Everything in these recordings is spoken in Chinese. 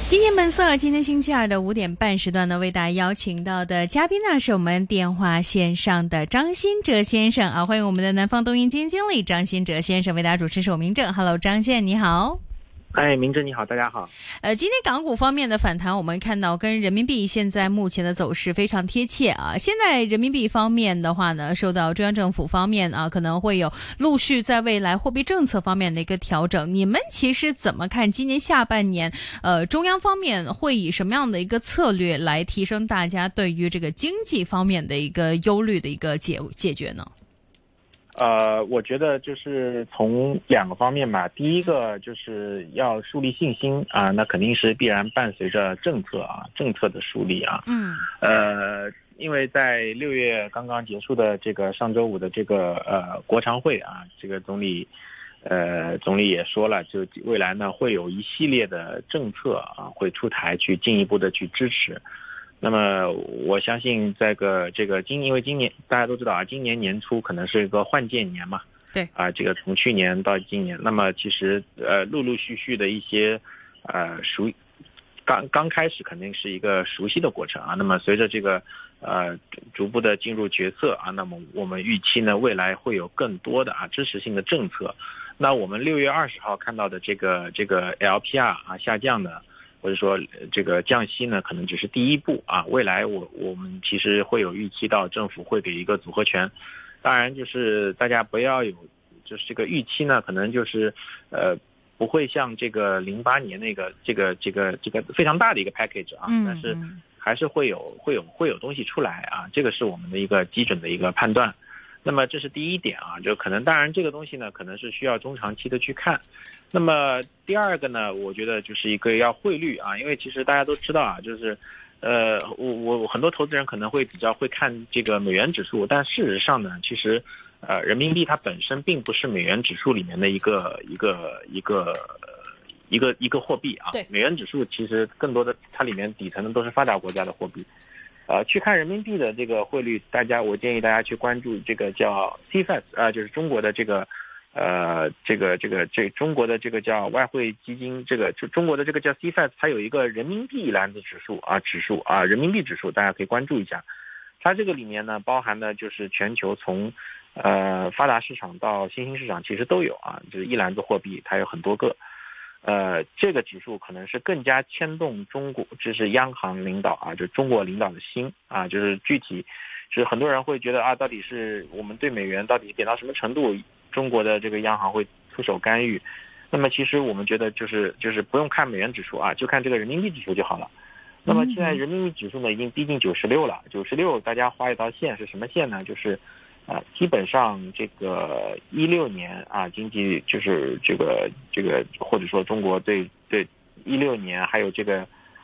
今天本色，今天星期二的5点半时段呢，为大家邀请到的嘉宾呢，是我们电话线上的张新哲先生啊，欢迎我们的南方东英基金经理张新哲先生为大家主持。我明正 ，Hello， 张先你好。 哎，明正你好，大家好。 今天港股方面的反弹，我们看到跟人民币现在目前的走势非常贴切啊。现在人民币方面的话呢，受到中央政府方面啊，可能会有陆续在未来货币政策方面的一个调整。你们其实怎么看今年下半年，中央方面会以什么样的一个策略来提升大家对于这个经济方面的一个忧虑的一个解决呢？ 我觉得就是从2个方面吧。第一个就是要树立信心啊，那肯定是必然伴随着政策的树立啊。因为在6月刚刚结束的这个上周五的这个国常会啊，这个总理也说了，就未来呢会有一系列的政策啊会出台去进一步的去支持。那么我相信因为今年大家都知道啊，今年年初可能是一个换届年嘛， 对啊，这个从去年到今年，那么其实陆陆续续的一些刚开始肯定是一个熟悉的过程啊，那么随着这个逐步的进入决策啊，那么我们预期呢未来会有更多的支持性的政策。那我们6月20号看到的这个 LPR 下降的，或者说这个降息呢，可能只是第一步啊。未来我们其实会有预期到政府会给一个组合拳，当然就是大家不要有就是这个预期呢，可能就是不会像这个08年那个这个非常大的一个 package 啊，但是还是会有东西出来啊，这个是我们的一个基准的一个判断。那么这是第一点啊，就可能当然这个东西呢可能是需要中长期的去看。那么第二个呢，我觉得就是一个要汇率啊，因为其实大家都知道啊，就是我很多投资人可能会比较会看这个美元指数，但事实上呢，其实人民币它本身并不是美元指数里面的一个货币啊。 对， 美元指数其实更多的它里面底层的都是发达国家的货币。去看人民币的这个汇率，我建议大家去关注这个叫 CFAX 就是中国的这个中国的这个叫外汇基金，就中国的这个叫 CFAX， 它有一个人民币篮子指数，人民币指数，大家可以关注一下。它这个里面呢包含的就是全球从发达市场到新兴市场其实都有啊，就是一篮子货币，它有很多个。这个指数可能是更加牵动中国，就是央行领导啊，就中国领导的心啊，就是具体是很多人会觉得啊，到底是我们对美元到底贬到什么程度，中国的这个央行会出手干预。那么其实我们觉得就是不用看美元指数啊，就看这个人民币指数就好了。那么现在人民币指数呢已经逼近96了，96大家画一道线是什么线呢？就是基本上这个16年啊，经济就是这个或者说中国对16年还有这个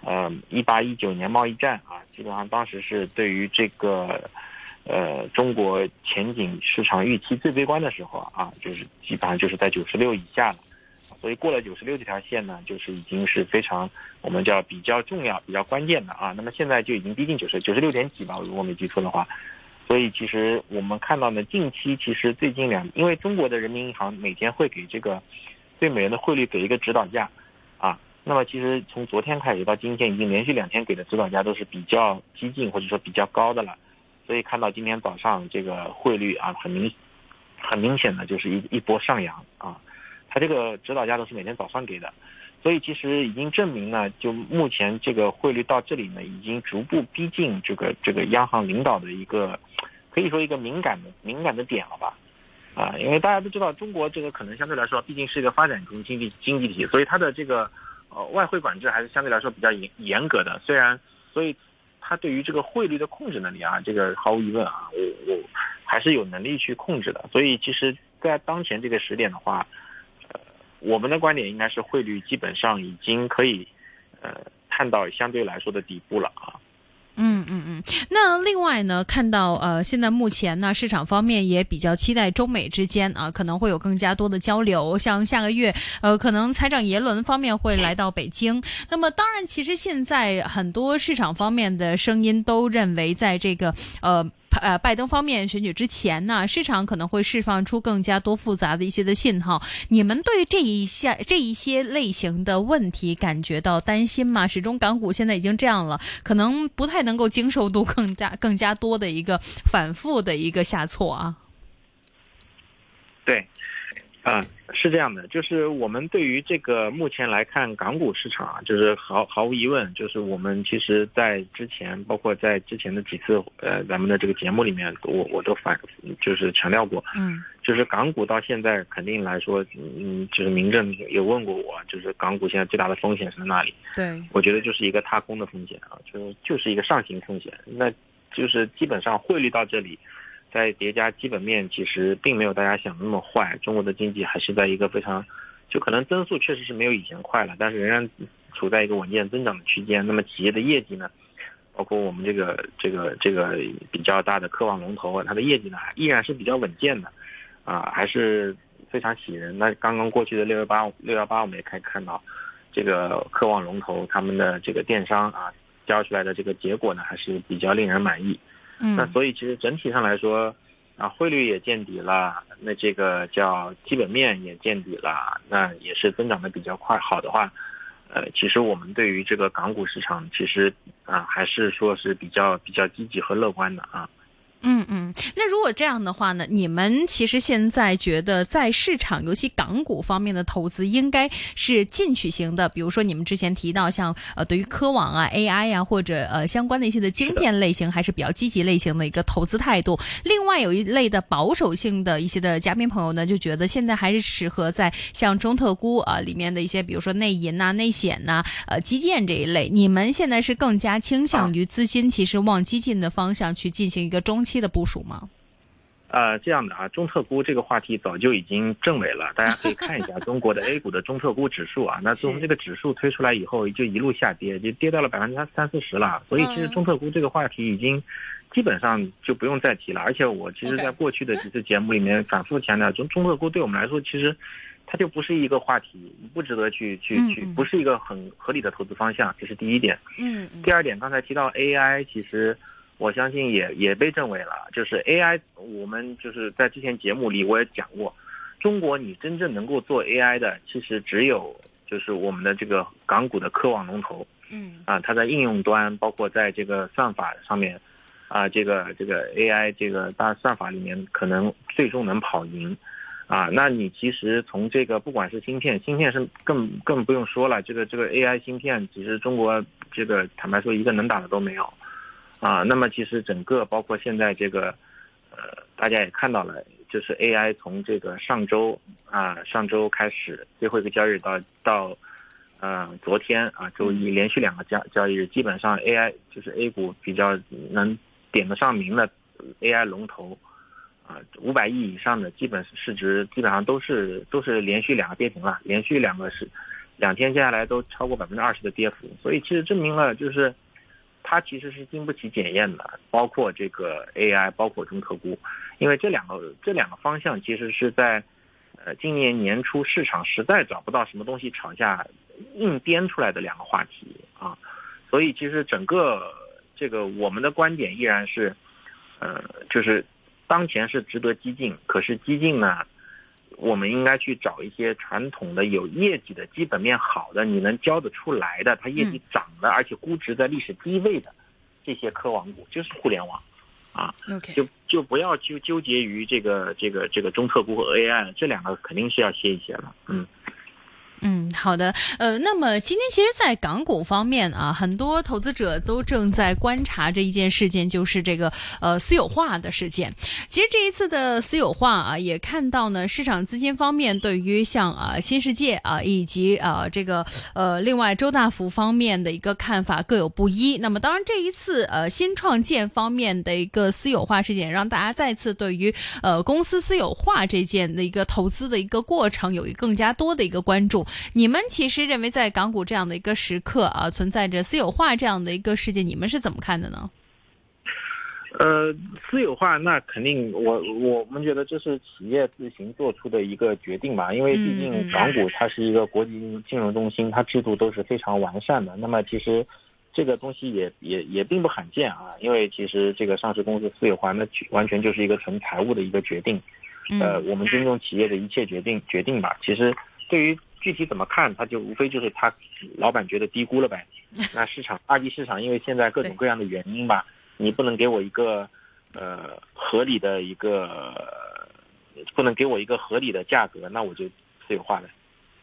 18、19年贸易战啊，基本上当时是对于这个中国前景市场预期最悲观的时候啊，就是基本上就是在96以下了。所以过了96这条线呢，就是已经是非常我们叫比较重要、比较关键的啊。那么现在就已经逼近96点几吧，如果没记错的话。所以其实我们看到呢，近期其实最近因为中国的人民银行每天会给这个对美元的汇率给一个指导价啊，那么其实从昨天开始到今天已经连续2天给的指导价都是比较激进或者说比较高的了，所以看到今天早上这个汇率啊很明显的就是一波上扬啊，它这个指导价都是每天早上给的。所以其实已经证明呢，就目前这个汇率到这里呢，已经逐步逼近这个央行领导的一个可以说一个敏感的点了吧，啊，因为大家都知道中国这个可能相对来说毕竟是一个发展中经济体，所以它的这个外汇管制还是相对来说比较严格的，所以它对于这个汇率的控制能力啊，这个毫无疑问啊，我还是有能力去控制的。所以其实在当前这个时点的话，我们的观点应该是汇率基本上已经可以看到相对来说的底部了啊。 那另外呢，看到现在目前呢，市场方面也比较期待中美之间啊，可能会有更加多的交流。像下个月可能财长耶伦方面会来到北京。那么当然，其实现在很多市场方面的声音都认为，在这个拜登方面选举之前呢，市场可能会释放出更加多复杂的一些的信号。你们对这一些类型的问题感觉到担心吗？始终港股现在已经这样了，可能不太能够经受度更加多的一个反复的一个下挫啊。 对，是这样的，就是我们对于这个目前来看港股市场啊，就是毫无疑问，就是我们其实在之前，包括在之前的几次咱们的这个节目里面，我都就是强调过，就是港股到现在肯定来说，就是民政有问过我，就是港股现在最大的风险是在哪里？ 对， 我觉得就是一个踏空的风险啊，就是一个上行风险，那就是基本上汇率到这里。再叠加基本面，其实并没有大家想的那么坏。中国的经济还是在一个非常，就可能增速确实是没有以前快了，但是仍然处在一个稳健增长的区间。那么企业的业绩呢，包括我们这个比较大的科网龙头，它的业绩呢依然是比较稳健的，还是非常喜人。那刚刚过去的618，我们也可以看到，这个科网龙头他们的这个电商交出来的这个结果呢，还是比较令人满意。那所以其实整体上来说，汇率也见底了，那这个叫基本面也见底了，那也是增长的比较快。好的话，其实我们对于这个港股市场，其实还是说是比较积极和乐观的啊。 那如果这样的话呢，你们其实现在觉得在市场，尤其港股方面的投资应该是进取型的，比如说你们之前提到像对于科网AI 或者相关的一些的晶片类型，还是比较积极类型的一个投资态度。另外有一类的保守性的一些的嘉宾朋友呢，就觉得现在还是适合在像中特估里面的一些，比如说内银内险基建这一类。你们现在是更加倾向于资金其实往激进的方向去进行一个中期的部署吗？ 这样的中特估这个话题早就已经证伪了，大家可以看一下中国的 A 股的中特估指数那从这个指数推出来以后，就一路下跌，就跌到了30-40%了。所以其实中特估这个话题已经基本上就不用再提了。而且我其实在过去的几次节目里面反复强调，中特估对我们来说，其实它就不是一个话题，不值得去，不是一个很合理的投资方向，这是第一点。第二点，刚才提到 AI， 其实我相信也被证伪了，就是 AI， 我们就是在之前节目里我也讲过，中国你真正能够做 AI 的，其实只有就是我们的这个港股的科网龙头，它在应用端，包括在这个算法上面，这个 AI 这个大算法里面，可能最终能跑赢，那你其实从这个不管是芯片是更不用说了，这个 AI 芯片，其实中国这个坦白说一个能打的都没有。那么其实整个包括现在这个大家也看到了，就是 AI 从这个上周开始最后一个交易日到昨天周一连续2个交易日，基本上 AI 就是 A 股比较能点得上名的 AI 龙头500亿以上的基本市值基本上都是连续2个跌停了，连续2天下来都超过20%的跌幅，所以其实证明了就是它其实是经不起检验的，包括这个 AI， 包括中特估，因为这两个方向其实是在今年年初市场实在找不到什么东西炒价，硬编出来的2个话题所以其实整个这个我们的观点依然是，就是当前是值得激进，可是激进呢，我们应该去找一些传统的有业绩的基本面好的，你能交得出来的，它业绩涨的，而且估值在历史低位的这些科网股，就是互联网就不要去纠结于这个中特估和 AI， 这2个肯定是要歇一歇了。 好的，那么今天其实在港股方面很多投资者都正在观察这一件事件，就是这个私有化的事件。其实这一次的私有化也看到呢，市场资金方面对于像新世界以及这个另外周大福方面的一个看法各有不一。那么当然这一次新创建方面的一个私有化事件，让大家再次对于公司私有化这件的一个投资的一个过程有更加多的一个关注。你们其实认为在港股这样的一个时刻存在着私有化这样的一个事件，你们是怎么看的呢？ 私有化那肯定我们觉得这是企业自行做出的一个决定吧，因为毕竟港股它是一个国际金融中心，它制度都是非常完善的。那么其实这个东西也并不罕见啊，因为其实这个上市公司私有化，那完全就是一个纯财务的一个决定。我们尊重企业的一切决定吧。其实对于具体怎么看，它就无非就是他老板觉得低估了呗。那二级市场，因为现在各种各样的原因吧，你不能给我一个合理的价格，那我就私有化了。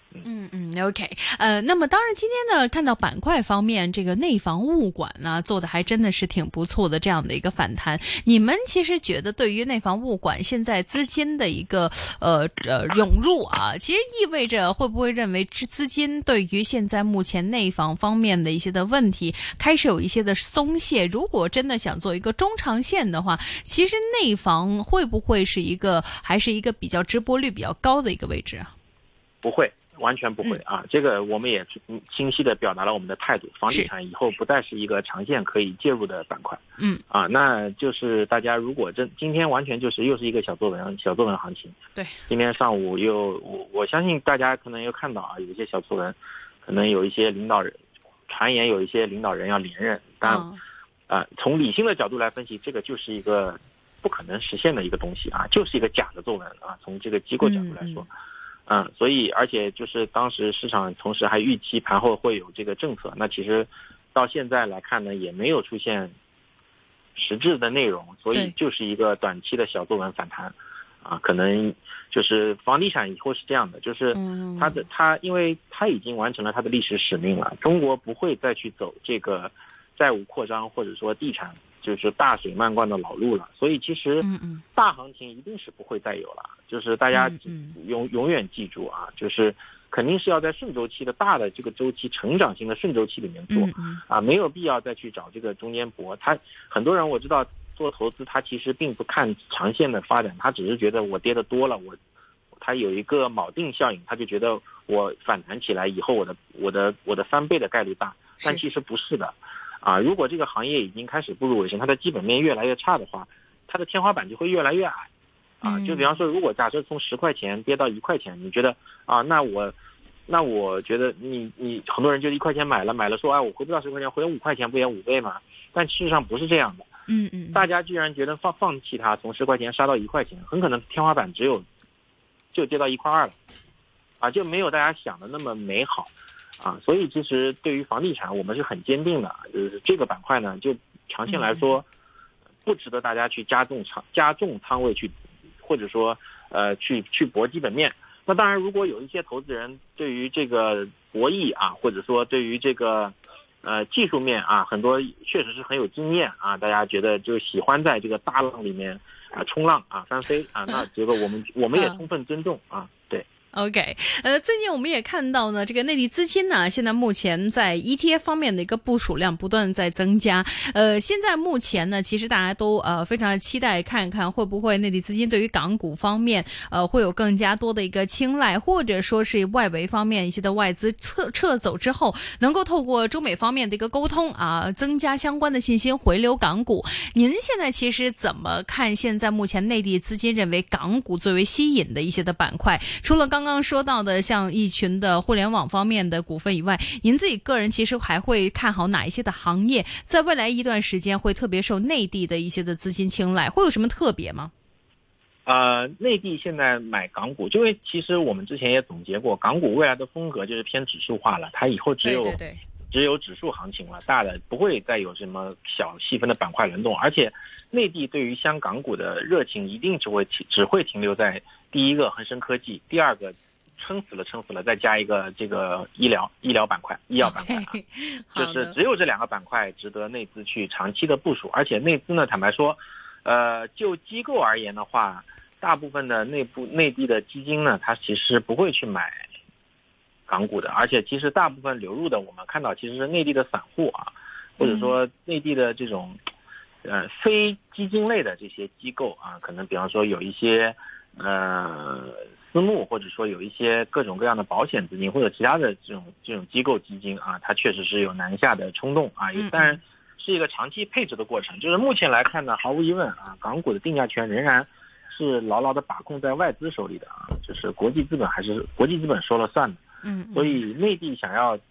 OK， 那么当然今天呢，看到板块方面这个内房物管呢做的还真的是挺不错的，这样的一个反弹。你们其实觉得对于内房物管现在资金的一个涌入啊，其实意味着会不会认为资金对于现在目前内房方面的一些的问题开始有一些的松懈？如果真的想做一个中长线的话，其实内房会不会是还是一个比较直播率比较高的一个位置啊？ 不会。完全不会啊！这个我们也清晰地表达了我们的态度。房地产以后不再是一个长线可以介入的板块。那就是大家如果今天完全就是又是一个小作文行情。对，今天上午我相信大家可能又看到啊，有一些小作文，可能有一些领导人传言有一些领导人要连任，但从理性的角度来分析，这个就是一个不可能实现的一个东西啊，就是一个假的作文啊。从这个机构角度来说。所以而且就是当时市场同时还预期盘后会有这个政策，那其实到现在来看呢，也没有出现实质的内容，所以就是一个短期的小作文反弹啊。可能就是房地产以后是这样的，就是因为它已经完成了它的历史使命了，中国不会再去走这个债务扩张或者说地产就是大水漫灌的老路了，所以其实大行情一定是不会再有了。就是大家永远记住啊，就是肯定是要在顺周期的大的这个周期成长型的顺周期里面做没有必要再去找这个中间博。很多人我知道做投资，他其实并不看长线的发展，他只是觉得我跌得多了，他有一个锚定效应，他就觉得我反弹起来以后我的翻倍的概率大，但其实不是的。如果这个行业已经开始步入尾声，它的基本面越来越差的话，它的天花板就会越来越矮。就比方说，如果假设从10块钱跌到1块钱，你觉得那我觉得你很多人就1块钱买了说我回不到10块钱，回5块钱不也5倍吗？但事实上不是这样的。大家居然觉得放弃它，从10块钱杀到1块钱，很可能天花板就跌到1块2了，就没有大家想的那么美好。所以其实对于房地产我们是很坚定的，就是这个板块呢，就长线来说不值得大家去加重仓位去，或者说去搏基本面。那当然如果有一些投资人对于这个博弈或者说对于这个技术面很多确实是很有经验大家觉得就喜欢在这个大浪里面冲浪翻飞那这个我们也充分尊重对。 OK， 最近我们也看到呢，这个内地资金呢，现在目前在 ETF 方面的一个部署量不断在增加。现在目前呢，其实大家都非常期待看一看会不会内地资金对于港股方面会有更加多的一个青睐，或者说是外围方面一些的外资撤走之后，能够透过中美方面的一个沟通增加相关的信心回流港股。您现在其实怎么看现在目前内地资金认为港股最为吸引的一些的板块？除了刚刚说到的像一群的互联网方面的股份以外，您自己个人其实还会看好哪一些的行业在未来一段时间会特别受内地的一些的资金青睐，会有什么特别吗？ 内地现在买港股，因为其实我们之前也总结过，港股未来的风格就是偏指数化了，它以后只有指数行情了，大的不会再有什么小细分的板块轮动，而且内地对于香港股的热情一定只会停留在第一个恒生科技，第二个撑死了再加一个这个医疗板块就是只有这2个板块值得内资去长期的部署。而且内资呢，坦白说就机构而言的话，大部分的内地的基金呢，它其实不会去买港股的，而且其实大部分流入的我们看到其实是内地的散户或者说内地的这种非基金类的这些机构可能比方说有一些私募，或者说有一些各种各样的保险资金或者其他的这种机构基金它确实是有南下的冲动当然是一个长期配置的过程。就是目前来看呢，毫无疑问港股的定价权仍然是牢牢的把控在外资手里的就是国际资本说了算的。所以内地想要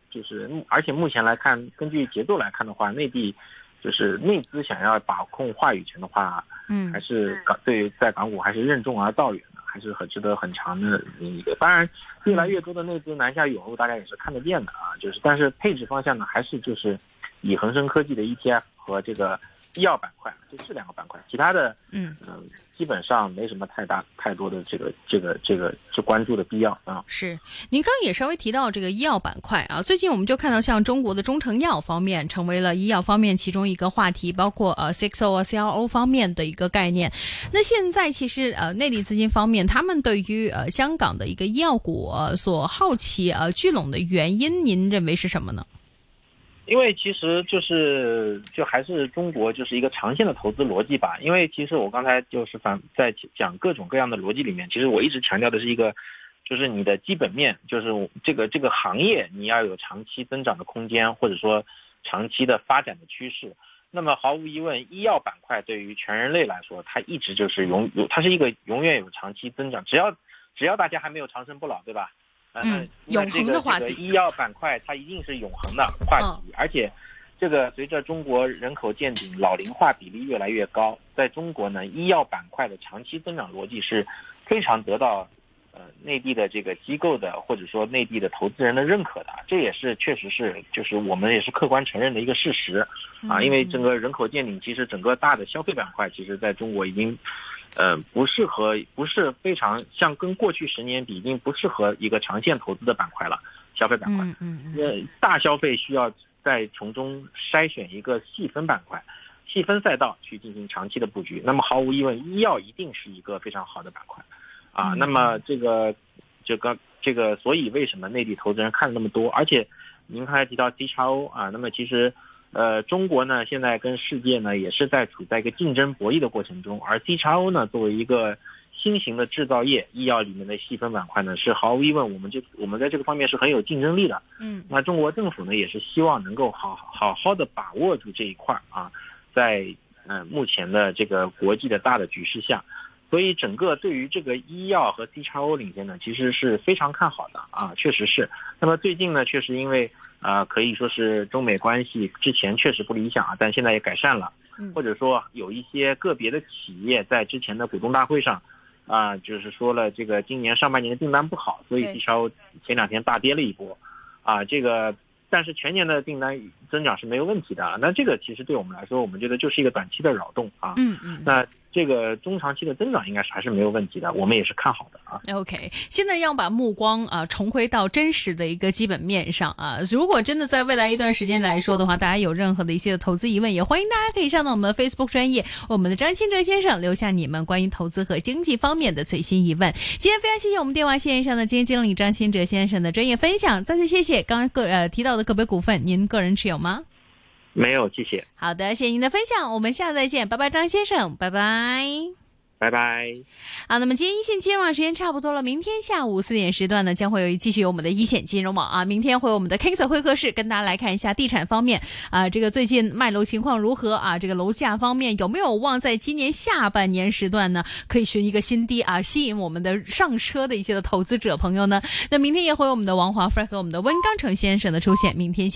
就是而且目前来看，根据节奏来看的话，内地就是内资想要把控话语权的话，还是对于在港股还是任重而道远的，还是很值得很长的一个。当然，越来越多的内资南下涌入，大家也是看得见的啊。就是但是配置方向呢，还是就是以恒生科技的 ETF 和这个医药板块，就这两个板块，其他的基本上没什么太多的这个关注的必要啊。 是，您刚刚也稍微提到这个医药板块啊，最近我们就看到像中国的中成药方面成为了医药方面其中一个话题，包括CXO 啊 CRO 方面的一个概念。那现在其实内地资金方面，他们对于香港的一个医药股所好奇聚拢的原因，您认为是什么呢？ 因为其实就还是中国就是一个长线的投资逻辑吧。因为其实我刚才就是在讲各种各样的逻辑里面，其实我一直强调的是一个，就是你的基本面，就是这个行业你要有长期增长的空间，或者说长期的发展的趋势。那么毫无疑问，医药板块对于全人类来说，它一直就是它是一个永远有长期增长，只要大家还没有长生不老，对吧？ 永恒的话题， 医药板块它一定是永恒的话题，而且这个随着中国人口见顶，老龄化比例越来越高，在中国呢，医药板块的长期增长逻辑是非常得到内地的这个机构的或者说内地的投资人的认可的，这也是确实是就是我们也是客观承认的一个事实啊。因为整个人口见顶，其实整个大的消费板块，其实在中国已经不是非常像跟过去10年比，已经不适合一个长线投资的板块了，消费板块。大消费需要再从中筛选一个细分板块、细分赛道去进行长期的布局。那么毫无疑问，医药一定是一个非常好的板块啊。那么这个，所以为什么内地投资人看了那么多？而且您刚才提到 CXO 啊，那么其实。中国呢，现在跟世界呢也是处在一个竞争博弈的过程中，而 CXO 呢作为一个新型的制造业，医药里面的细分板块呢，是毫无疑问，我们在这个方面是很有竞争力的。那中国政府呢也是希望能够好好的把握住这一块啊，在目前的这个国际的大的局势下。所以整个对于这个医药和 CXO 领域呢，其实是非常看好的啊，确实是。那么最近呢，确实因为可以说是中美关系之前确实不理想啊，但现在也改善了，或者说有一些个别的企业在之前的股东大会上就是说了这个今年上半年的订单不好，所以 CXO 前2天大跌了一波啊，但是全年的订单增长是没有问题的。那这个其实对我们来说，我们觉得就是一个短期的扰动啊。那这个中长期的增长应该还是没有问题的，我们也是看好的啊。 OK， 现在要把目光重回到真实的一个基本面上啊。如果真的在未来一段时间来说的话，大家有任何的一些投资疑问，也欢迎大家可以上到我们的 Facebook 专页，我们的张新哲先生留下你们关于投资和经济方面的最新疑问。今天非常谢谢我们电话线上的基金经理张新哲先生的专业分享，再次谢谢。刚刚提到的个别股份，您个人持有吗？ 没有，谢谢。 好的，谢谢您的分享，我们下次再见，拜拜，张先生，拜拜。 拜拜。 好，那么今天一线金融网时间差不多了，明天下午4点时段呢，将会继续有我们的一线金融网啊。明天会有我们的 King Sir 会客室跟大家来看一下地产方面这个最近卖楼情况如何啊？这个楼价方面有没有望在今年下半年时段呢，可以寻一个新低啊，吸引我们的上车的一些的投资者朋友呢？那明天也会有我们的王华 Frank 和我们的温刚成先生的出现，明天